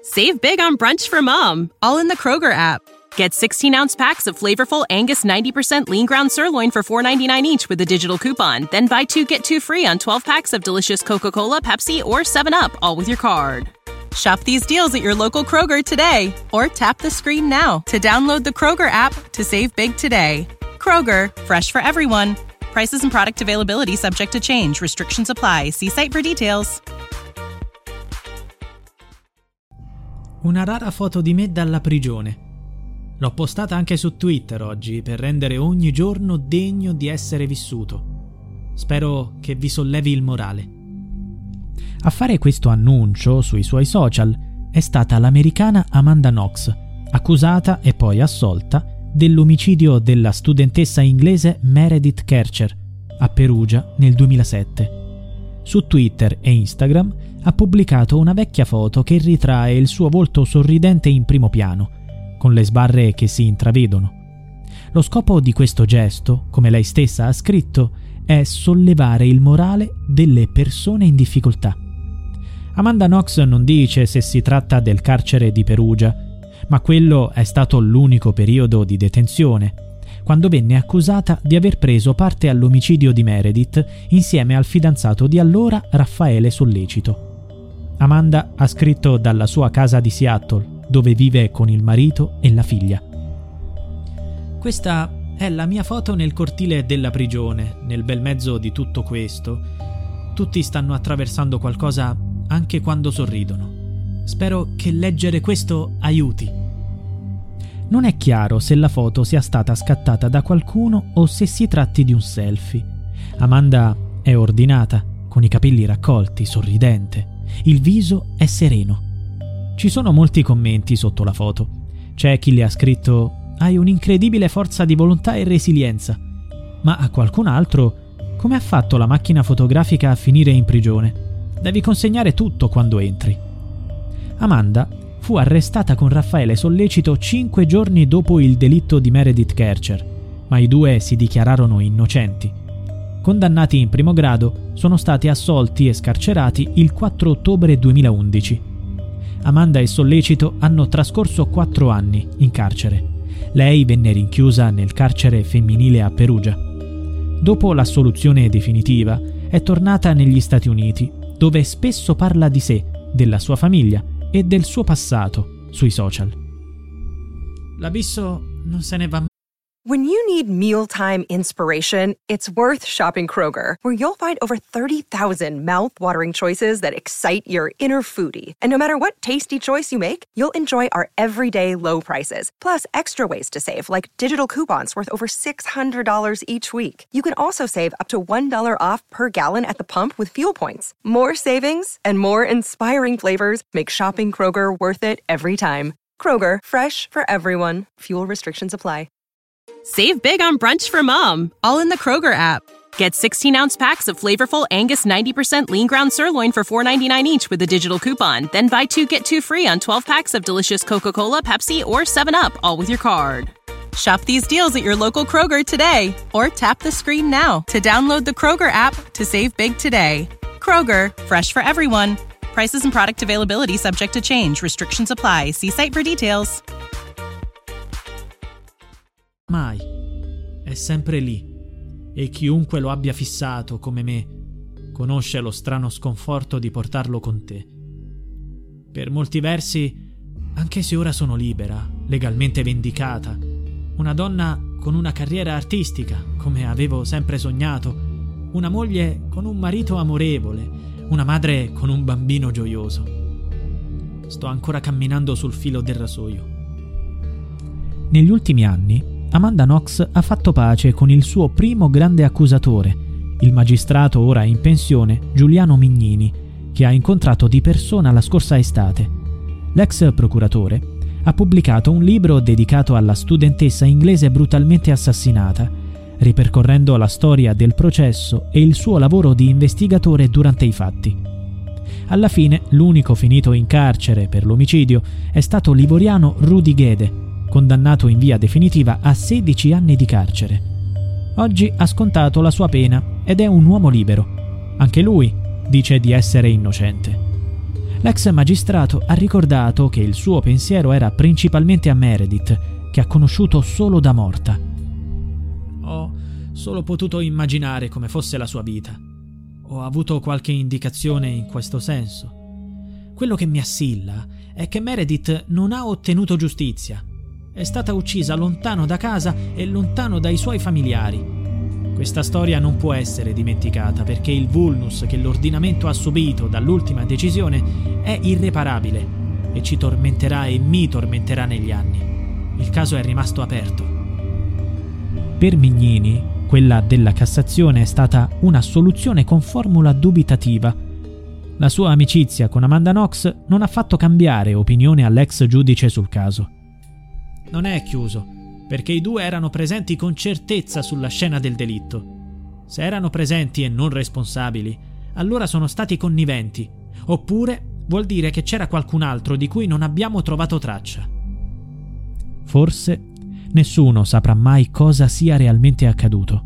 Save big on brunch for mom, all in the Kroger app. Get 16-ounce packs of flavorful Angus 90% lean ground sirloin for $4.99 each with a digital coupon. Then buy 2, get 2 free on 12 packs of delicious Coca-Cola, Pepsi, or 7-Up, all with your card. Shop these deals at your local Kroger today, or tap the screen now to download the Kroger app to save big today. Kroger, fresh for everyone. Prices and product availability subject to change. Restrictions apply. See site for details. Una rara foto di me dalla prigione. L'ho postata anche su Twitter oggi per rendere ogni giorno degno di essere vissuto. Spero che vi sollevi il morale. A fare questo annuncio sui suoi social è stata l'americana Amanda Knox, accusata e poi assolta dell'omicidio della studentessa inglese Meredith Kercher a Perugia nel 2007. Su Twitter e Instagram ha pubblicato una vecchia foto che ritrae il suo volto sorridente in primo piano, con le sbarre che si intravedono. Lo scopo di questo gesto, come lei stessa ha scritto, è sollevare il morale delle persone in difficoltà. Amanda Knox non dice se si tratta del carcere di Perugia, ma quello è stato l'unico periodo di detenzione, quando venne accusata di aver preso parte all'omicidio di Meredith insieme al fidanzato di allora Raffaele Sollecito. Amanda ha scritto dalla sua casa di Seattle, dove vive con il marito e la figlia. Questa è la mia foto nel cortile della prigione, nel bel mezzo di tutto questo. Tutti stanno attraversando qualcosa anche quando sorridono. Spero che leggere questo aiuti. Non è chiaro se la foto sia stata scattata da qualcuno o se si tratti di un selfie. Amanda è ordinata, con i capelli raccolti, sorridente. Il viso è sereno. Ci sono molti commenti sotto la foto. C'è chi le ha scritto: hai un'incredibile forza di volontà e resilienza. Ma a qualcun altro: come ha fatto la macchina fotografica a finire in prigione? Devi consegnare tutto quando entri. Amanda fu arrestata con Raffaele Sollecito 5 giorni dopo il delitto di Meredith Kercher, ma i due si dichiararono innocenti. Condannati in primo grado, sono stati assolti e scarcerati il 4 ottobre 2011. Amanda e Sollecito hanno trascorso 4 anni in carcere. Lei venne rinchiusa nel carcere femminile a Perugia. Dopo l'assoluzione definitiva, è tornata negli Stati Uniti, dove spesso parla di sé, della sua famiglia e del suo passato sui social. L'abisso non se ne va mai. When you need mealtime inspiration, it's worth shopping Kroger, where you'll find over 30,000 mouth-watering choices that excite your inner foodie. And no matter what tasty choice you make, you'll enjoy our everyday low prices, plus extra ways to save, like digital coupons worth over $600 each week. You can also save up to $1 off per gallon at the pump with fuel points. More savings and more inspiring flavors make shopping Kroger worth it every time. Kroger, fresh for everyone. Fuel restrictions apply. Save big on brunch for mom, all in the Kroger app. Get 16-ounce packs of flavorful Angus 90% lean ground sirloin for $4.99 each with a digital coupon. Then buy 2, get 2 free on 12 packs of delicious Coca-Cola, Pepsi, or 7-Up, all with your card. Shop these deals at your local Kroger today, or tap the screen now to download the Kroger app to save big today. Kroger, fresh for everyone. Prices and product availability subject to change. Restrictions apply. See site for details. Mai. È sempre lì. E chiunque lo abbia fissato come me conosce lo strano sconforto di portarlo con te. Per molti versi, anche se ora sono libera, legalmente vendicata, una donna con una carriera artistica, come avevo sempre sognato, una moglie con un marito amorevole, una madre con un bambino gioioso. Sto ancora camminando sul filo del rasoio. Negli ultimi anni Amanda Knox ha fatto pace con il suo primo grande accusatore, il magistrato ora in pensione Giuliano Mignini, che ha incontrato di persona la scorsa estate. L'ex procuratore ha pubblicato un libro dedicato alla studentessa inglese brutalmente assassinata, ripercorrendo la storia del processo e il suo lavoro di investigatore durante i fatti. Alla fine, l'unico finito in carcere per l'omicidio è stato l'ivoriano Rudy Guede, condannato in via definitiva a 16 anni di carcere. Oggi ha scontato la sua pena ed è un uomo libero. Anche lui dice di essere innocente. L'ex magistrato ha ricordato che il suo pensiero era principalmente a Meredith, che ha conosciuto solo da morta. Ho solo potuto immaginare come fosse la sua vita. Ho avuto qualche indicazione in questo senso. Quello che mi assilla è che Meredith non ha ottenuto giustizia. È stata uccisa lontano da casa e lontano dai suoi familiari. Questa storia non può essere dimenticata perché il vulnus che l'ordinamento ha subito dall'ultima decisione è irreparabile e ci tormenterà e mi tormenterà negli anni. Il caso è rimasto aperto. Per Mignini, quella della Cassazione è stata una soluzione con formula dubitativa. La sua amicizia con Amanda Knox non ha fatto cambiare opinione all'ex giudice sul caso. Non è chiuso, perché i due erano presenti con certezza sulla scena del delitto. Se erano presenti e non responsabili, allora sono stati conniventi, oppure vuol dire che c'era qualcun altro di cui non abbiamo trovato traccia. Forse nessuno saprà mai cosa sia realmente accaduto.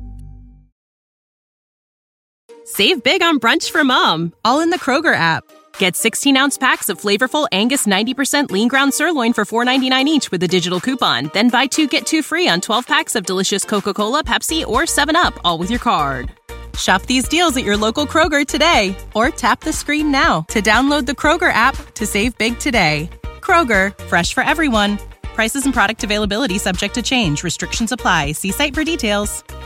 Save big on brunch for mom, all in the Kroger app. Get 16-ounce packs of flavorful Angus 90% lean ground sirloin for $4.99 each with a digital coupon. Then buy 2, get 2 free on 12 packs of delicious Coca-Cola, Pepsi, or 7-Up, all with your card. Shop these deals at your local Kroger today, or tap the screen now to download the Kroger app to save big today. Kroger, fresh for everyone. Prices and product availability subject to change. Restrictions apply. See site for details.